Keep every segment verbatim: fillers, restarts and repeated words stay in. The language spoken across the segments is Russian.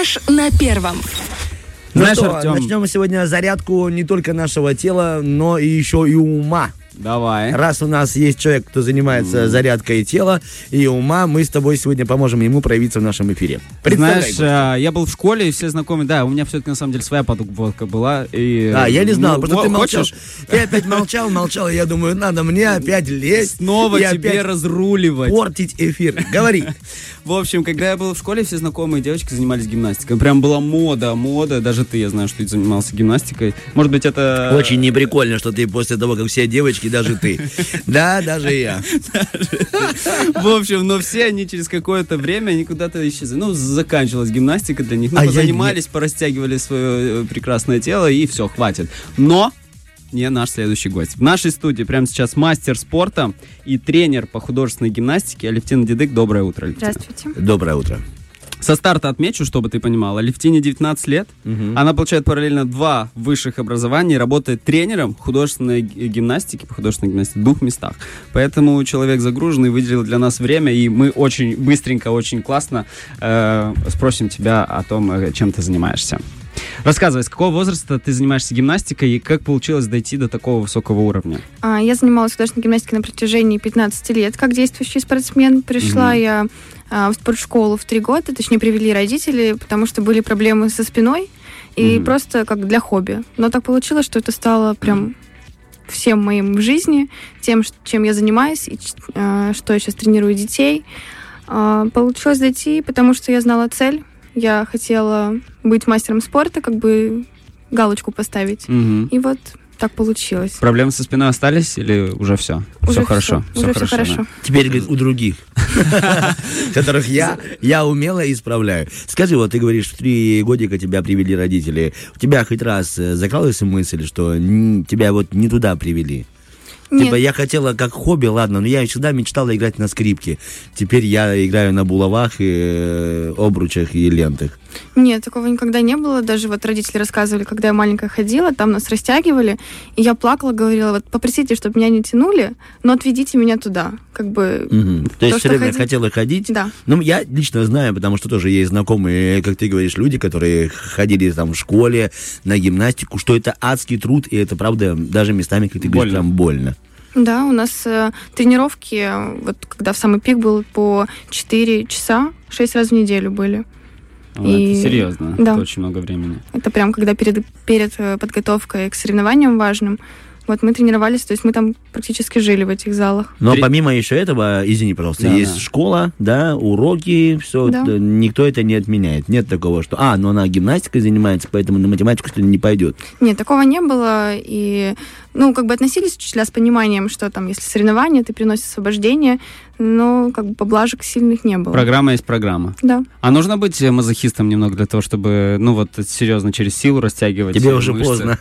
Фреш на первом. Ну Знаешь, что, Артем, начнем сегодня зарядку не только нашего тела, но и еще и ума. давай. Раз у нас есть человек, кто занимается Mm. зарядкой тела и ума, мы с тобой сегодня поможем ему проявиться в нашем эфире. Представляй, Знаешь, Костя. а, я был в школе, и все знакомые, да, у меня все-таки на самом деле своя подготовка была. И, А, я не знал, ну, просто ты молчал. хочешь? Ты опять молчал, молчал, и я думаю, надо мне опять лезть Снова и тебе опять разруливать. портить эфир. Говори. В общем, когда я был в школе, все знакомые девочки занимались гимнастикой. Прям была мода, мода. Даже ты, я знаю, что ты занимался гимнастикой. Может быть, это... Очень неприкольно, что ты после того, как все девочки, даже ты. Да, даже я. В общем, но все они через какое-то время, они куда-то исчезли. Ну, заканчивалась гимнастика для них. Ну, А я позанимались, порастягивали свое э, прекрасное тело, и все, хватит. Но не наш следующий гость. В нашей студии прямо сейчас мастер спорта и тренер по художественной гимнастике Алевтина Дидык. Доброе утро, Алевтина. Здравствуйте. Доброе утро. Со старта отмечу, чтобы ты понимала, Алевтине девятнадцать лет. Мгм. Она получает параллельно два высших образования, работает тренером художественной ги- гимнастики, по художественной гимнастике в двух местах. Поэтому человек загруженный, выделил для нас время, и мы очень быстренько, очень классно э, спросим тебя о том, э, чем ты занимаешься. Рассказывай, с какого возраста ты занимаешься гимнастикой и как получилось дойти до такого высокого уровня? А, Я занималась художественной гимнастикой на протяжении пятнадцати лет как действующий спортсмен. Пришла Мгм. я а, в спортшколу в три года, точнее, привели родители, потому что были проблемы со спиной, и Мгм. просто как для хобби. Но так получилось, что это стало прям всем моим в жизни, тем, ш- чем я занимаюсь, и ч- а, что я сейчас тренирую детей. А, Получилось дойти, потому что я знала цель. Я хотела быть мастером спорта, как бы галочку поставить. Мгм. И вот так получилось. Проблемы со спиной остались или уже все? Уже все хорошо? всё, уже все хорошо. да? Теперь, говорит, у других, которых я, я умело исправляю. Скажи, вот ты говоришь, в три годика тебя привели родители. У тебя хоть раз э, закралась мысль, что н- тебя вот не туда привели? Нет. Типа я хотела как хобби, ладно, но я всегда мечтала играть на скрипке. Теперь я играю на булавах, и, э, обручах и лентах. Нет, такого никогда не было. Даже вот родители рассказывали, когда я маленькая ходила, там нас растягивали, и я плакала, говорила, вот попросите, чтобы меня не тянули, но отведите меня туда. Как бы, Мгм. То есть То, все что время ходи- хотела ходить. да. Ну, я лично знаю, потому что тоже есть знакомые, как ты говоришь, люди, которые ходили там в школе на гимнастику, что это адский труд, и это, правда, даже местами, как ты говоришь, Больно. прям больно. Да, у нас э, тренировки, э, вот когда в самый пик был по четыре часа, шесть раз в неделю были. О, И- Это серьезно, да. это очень много времени. Это прям когда перед, перед э, подготовкой к соревнованиям важным. Вот мы тренировались, то есть мы там практически жили в этих залах. Но Три- помимо еще этого, извини, пожалуйста, Да, есть да. школа, да, уроки, все, Да. никто это не отменяет. Нет такого, что, а, ну она гимнастикой занимается, поэтому на математику что ли не пойдет. Нет, такого не было. И, ну, как бы относились учителя с пониманием, что там, если соревнования, ты приносишь освобождение, но как бы поблажек сильных не было. Программа есть программа. Да. А нужно быть э, мазохистом немного для того, чтобы, ну вот, серьезно, через силу растягивать Тебе э, уже мышцы? поздно.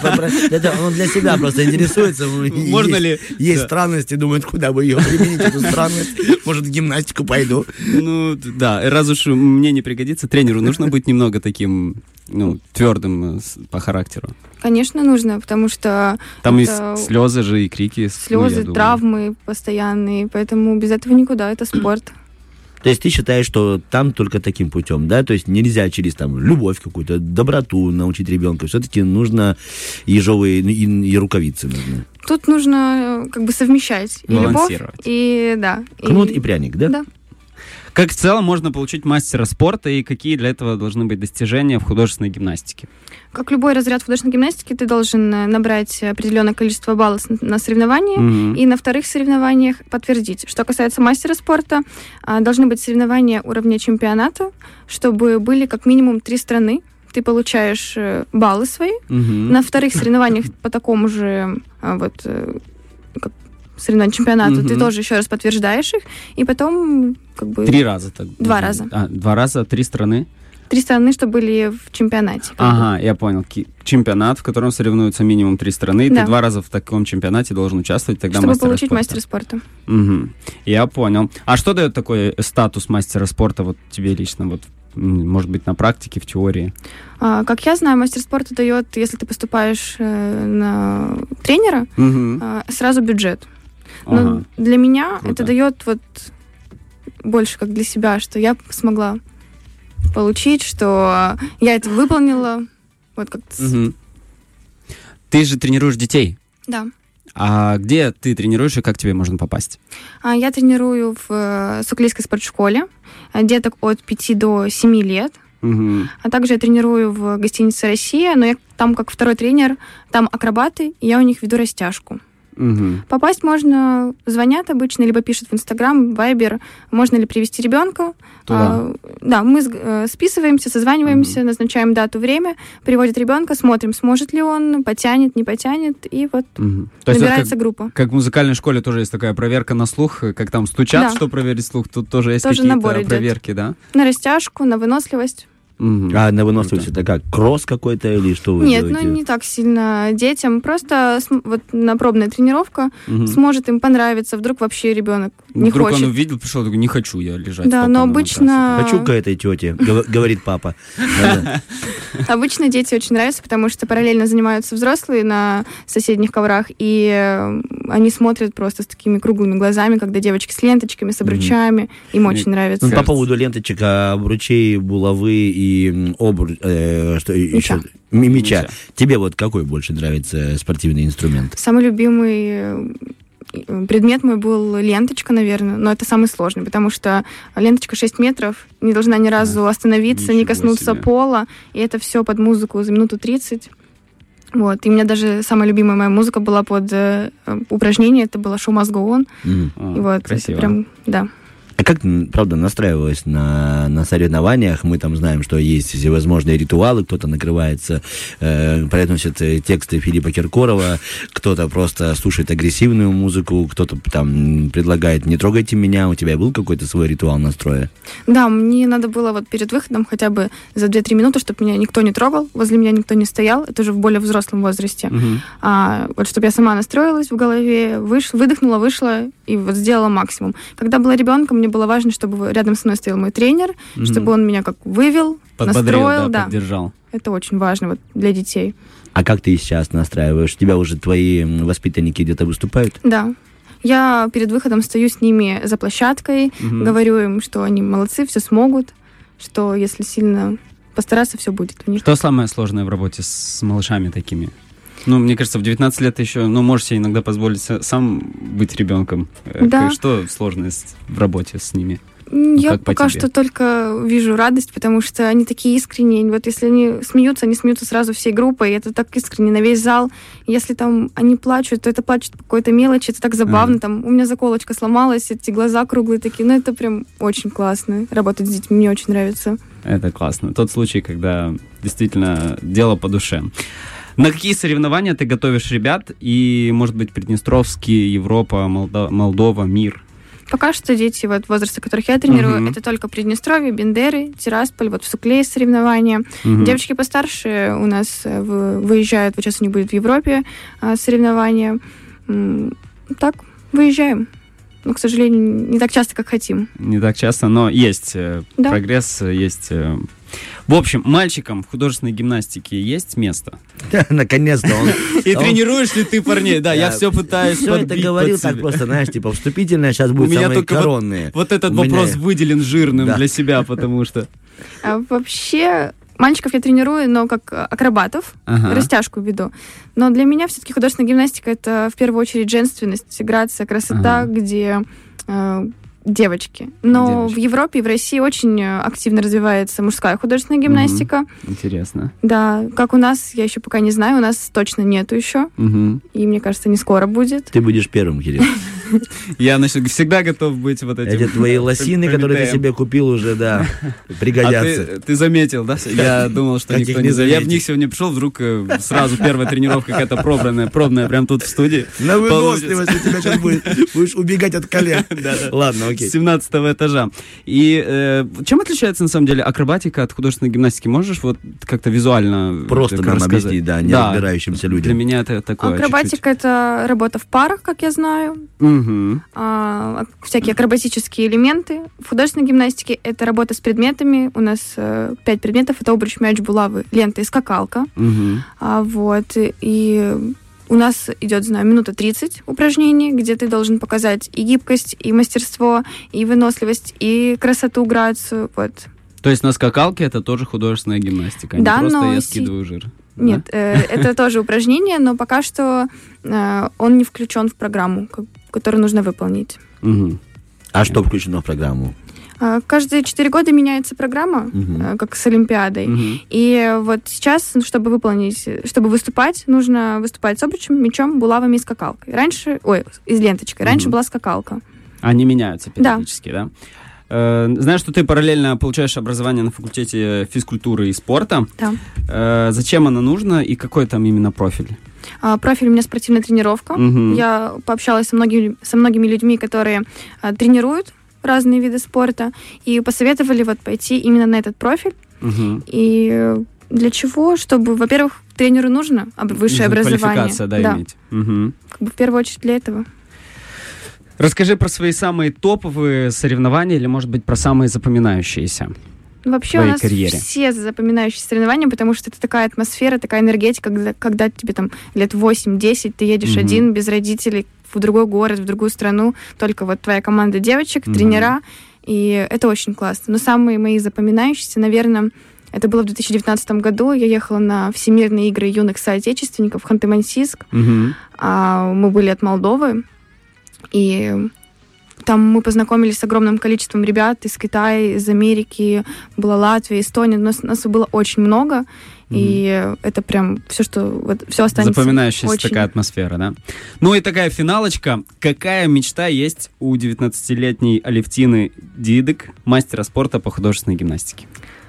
Это он для себя просто интересуется. Можно Есть- ли? Есть Да. странности, думает, куда бы ее применить, эту странность. Может, в гимнастику пойду. Ну, да, раз уж мне не пригодится, тренеру нужно быть немного таким, ну, твердым э, с- по характеру. Конечно, нужно, потому что Там это и с- слезы же, и крики. с- ну, я слезы, думаю. травмы постоянные, поэтому без этого никуда, это спорт. То есть ты считаешь, что там только таким путем, да? То есть нельзя через там любовь какую-то, доброту научить ребенка. Все-таки нужно ежовые и, и рукавицы нужны. Тут нужно э, как бы совмещать и любовь, Балансировать. и да. Кнут и пряник, да? Да. Как в целом можно получить мастера спорта и какие для этого должны быть достижения в художественной гимнастике? Как любой разряд художественной гимнастики, ты должен э, набрать определенное количество баллов на- на соревновании, Мгм. и на вторых соревнованиях подтвердить. Что касается мастера спорта, а, должны быть соревнования уровня чемпионата, чтобы были как минимум три страны. Ты получаешь э, баллы свои. Мгм. На вторых соревнованиях по такому же а, вот э, как соревнованию чемпионату ты Мгм. тоже еще раз подтверждаешь их, и потом как бы Три раза так. Два можно. раза. А, два раза, три страны. три страны, что были в чемпионате. как бы. Ага, я понял. Ки- Чемпионат, в котором соревнуются минимум три страны. и Да. Ты два раза в таком чемпионате должен участвовать, тогда Чтобы мастера получить спорта. мастера спорта. Мгм. Я понял. А что дает такой статус мастера спорта вот тебе лично? Вот, м, может быть, на практике, в теории? А, как я знаю, мастер спорта дает, если ты поступаешь э, на тренера, Мгм. а, сразу бюджет. Но Ага. для меня Круто. это дает вот больше как для себя, что я смогла получить, что я это выполнила. Вот как-то. Угу. Ты же тренируешь детей. Да. А где ты тренируешь и как тебе можно попасть? Я тренирую в Суклийской спортшколе деток от пяти до семи лет. Угу. А также я тренирую в гостинице «Россия», но я там как второй тренер, там акробаты, и я у них веду растяжку. Угу. Попасть можно, звонят обычно, либо пишут в Инстаграм, Вайбер, можно ли привезти ребенка. А, да, мы э, списываемся, созваниваемся, угу. назначаем дату, время, приводят ребенка, смотрим, сможет ли он, потянет, не потянет, и вот угу. набирается как, группа. Как в музыкальной школе тоже есть такая проверка на слух, как там стучат, да. что проверить слух, тут тоже есть тоже какие-то проверки, идет. Да? На растяжку, на выносливость. Угу. А на выносливость это как? Кросс какой-то или что вы Нет, делаете? ну не так сильно детям. Просто вот на пробная тренировка угу. сможет им понравиться. Вдруг вообще ребенок не Вдруг хочет. Вдруг он увидел, пришел, такой, не хочу я лежать. Да, но обычно... Хочу к этой тете, говорит папа. Обычно дети очень нравятся, потому что параллельно занимаются взрослые на соседних коврах, и они смотрят просто с такими круглыми глазами, когда девочки с ленточками, с обручами. Им очень нравится. По поводу ленточек, обручей, булавы и обруч... что еще? Мяча. Тебе вот какой больше нравится спортивный инструмент? Самый любимый предмет мой был ленточка, наверное, но это самый сложный, потому что ленточка шесть метров, не должна ни разу остановиться, Ничего не коснуться себе. Пола, и это все под музыку за минуту тридцать. Вот. И у меня даже самая любимая моя музыка была под э, упражнение, это было «Show must go on». Mm. И вот, красиво. Это прям, да. А как, правда, настраивалась на, на соревнованиях? Мы там знаем, что есть всевозможные ритуалы, кто-то накрывается, э, произносит тексты Филиппа Киркорова, кто-то просто слушает агрессивную музыку, кто-то там предлагает «не трогайте меня». У тебя был какой-то свой ритуал настроя? Да, мне надо было вот перед выходом хотя бы за две-три минуты, чтобы меня никто не трогал, возле меня никто не стоял, это уже в более взрослом возрасте. Uh-huh. А, вот чтобы я сама настроилась в голове, выш, выдохнула, вышла и вот сделала максимум. Когда была ребенком, мне было важно, чтобы рядом со мной стоял мой тренер, mm-hmm. чтобы он меня как вывел, подбодрил, настроил. Да, да. поддержал. Это очень важно вот, для детей. А как ты сейчас настраиваешь? У тебя уже твои воспитанники где-то выступают? Да. Я перед выходом стою с ними за площадкой, mm-hmm. говорю им, что они молодцы, все смогут, что если сильно постараться, все будет у них. Что самое сложное в работе с малышами такими? Ну, мне кажется, в девятнадцать лет ты еще, ну, можешь себе иногда позволить сам быть ребенком. Да. Что сложное в работе с ними? Я как пока тебе? что только вижу радость, потому что они такие искренние. Вот если они смеются, они смеются сразу всей группой, и это так искренне на весь зал. Если там они плачут, то это плачут по какой-то мелочи, это так забавно. Mm. Там у меня заколочка сломалась, эти глаза круглые такие. Ну, это прям очень классно. Работать с детьми мне очень нравится. Это классно. Тот случай, когда действительно дело по душе. На какие соревнования ты готовишь ребят? И, может быть, Приднестровский, Европа, Молдо- Молдова, мир? Пока что дети вот, возраста, которых я тренирую, uh-huh. это только Приднестровье, Бендеры, Тирасполь, вот в Суклее соревнования. Uh-huh. Девочки постарше у нас в, выезжают, вот сейчас у них будет в Европе а, соревнования. М- так, выезжаем. Но, к сожалению, не так часто, как хотим. Не так часто, но есть э, да. прогресс, есть... Э... В общем, мальчикам в художественной гимнастике есть место? Наконец-то он... И тренируешь ли ты парней? Да, я все пытаюсь Все это говорил так просто, знаешь, типа вступительное сейчас будет самые коронные. Вот этот вопрос выделен жирным для себя, потому что... Вообще... Мальчиков я тренирую, но как акробатов, ага. растяжку веду. Но для меня все-таки художественная гимнастика — это в первую очередь женственность, грация, красота, ага. где э, девочки. Но девочки. В Европе и в России очень активно развивается мужская художественная гимнастика. Угу. Интересно. Да, как у нас, я еще пока не знаю, у нас точно нету еще. Угу. И мне кажется, не скоро будет. Ты будешь первым, Кирилл. Я, значит, всегда готов быть вот этим. Эти твои лосины, которые ты себе купил уже, да, пригодятся. А ты, ты заметил, да? Я думал, что никто не заметил. Я в них сегодня пришел, вдруг сразу первая тренировка какая-то пробная, пробная, прям тут в студии. На выносливость у тебя сейчас будет. Будешь убегать от колен. Ладно, окей. С семнадцатого этажа. И э, чем отличается, на самом деле, акробатика от художественной гимнастики? Можешь вот как-то визуально просто нам рассказать? Объяснить, да, не да. разбирающимся людям. Для меня это такое акробатика чуть-чуть. Это работа в парах, как я знаю. Угу. А, всякие акробатические элементы. В художественной гимнастике это работа с предметами. У нас э, пять предметов. Это обруч, мяч, булавы, лента и скакалка. Угу. А, вот. И у нас идет, знаю, минута тридцать упражнений, где ты должен показать и гибкость, и мастерство, и выносливость, и красоту, грацию. Вот. То есть на скакалке это тоже художественная гимнастика, да, не просто но я си... скидываю жир? Нет, да? э, это тоже упражнение, но пока что э, он не включен в программу, которую нужно выполнить. Угу. А что включено в программу? Каждые четыре года меняется программа, uh-huh. как с Олимпиадой. Uh-huh. И вот сейчас, чтобы выполнить, чтобы выступать, нужно выступать с обручем, мячом, булавами и скакалкой. Раньше, ой, из ленточкой. Раньше uh-huh. была скакалка. Они меняются периодически, да? да? Э, знаю, что ты параллельно получаешь образование на факультете физкультуры и спорта. Да. Э, зачем оно нужно и какой там именно профиль? А, профиль у меня спортивная тренировка. Uh-huh. Я пообщалась со многими, со многими людьми, которые а, тренируют разные виды спорта, и посоветовали вот пойти именно на этот профиль. Угу. И для чего? Чтобы, во-первых, тренеру нужно высшее образование. Квалификация, да, да. иметь. Угу. Как бы в первую очередь для этого. Расскажи про свои самые топовые соревнования или, может быть, про самые запоминающиеся. Вообще у нас карьере. Все запоминающиеся соревнования, потому что это такая атмосфера, такая энергетика, когда, когда тебе там лет восемь-десять, ты едешь угу. один, без родителей, в другой город, в другую страну, только вот твоя команда девочек, mm-hmm. тренера, и это очень классно. Но самые мои запоминающиеся, наверное, это было в две тысячи девятнадцатом году. Я ехала на Всемирные игры юных соотечественников в Ханты-Мансийск. Mm-hmm. А, мы были от Молдовы, и там мы познакомились с огромным количеством ребят из Китая, из Америки, была Латвия, Эстония, нас, нас было очень много. И это прям все, что вот, все останется. Запоминающаяся очень... такая атмосфера, да? Ну и такая финалочка. Какая мечта есть у девятнадцатилетней Алевтины Дидык, мастера спорта по художественной гимнастике?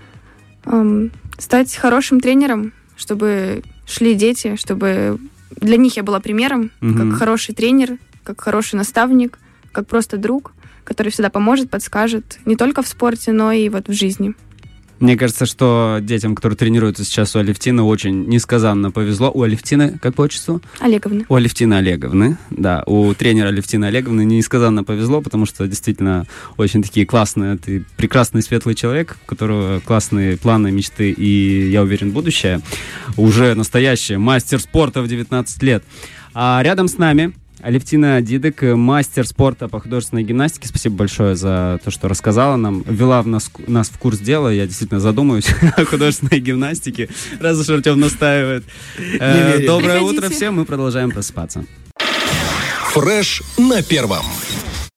Um, стать хорошим тренером, чтобы шли дети, чтобы для них я была примером, угу. как хороший тренер, как хороший наставник, как просто друг, который всегда поможет, подскажет не только в спорте, но и вот в жизни. Мне кажется, что детям, которые тренируются сейчас у Алевтины, очень несказанно повезло. У Алевтины, как по отчеству? Олеговны. У Алевтины Олеговны, да. У тренера Алевтины Олеговны несказанно повезло, потому что действительно очень такие классные, ты прекрасный светлый человек, у которого классные планы, мечты и, я уверен, будущее. Уже настоящий мастер спорта в девятнадцать лет. А рядом с нами Алевтина Дидык, мастер спорта по художественной гимнастике. Спасибо большое за то, что рассказала нам, ввела в нас, нас в курс дела. Я действительно задумаюсь о художественной гимнастике, раз уж Артем настаивает. Э, доброе утро всем, мы продолжаем просыпаться. Фреш на первом.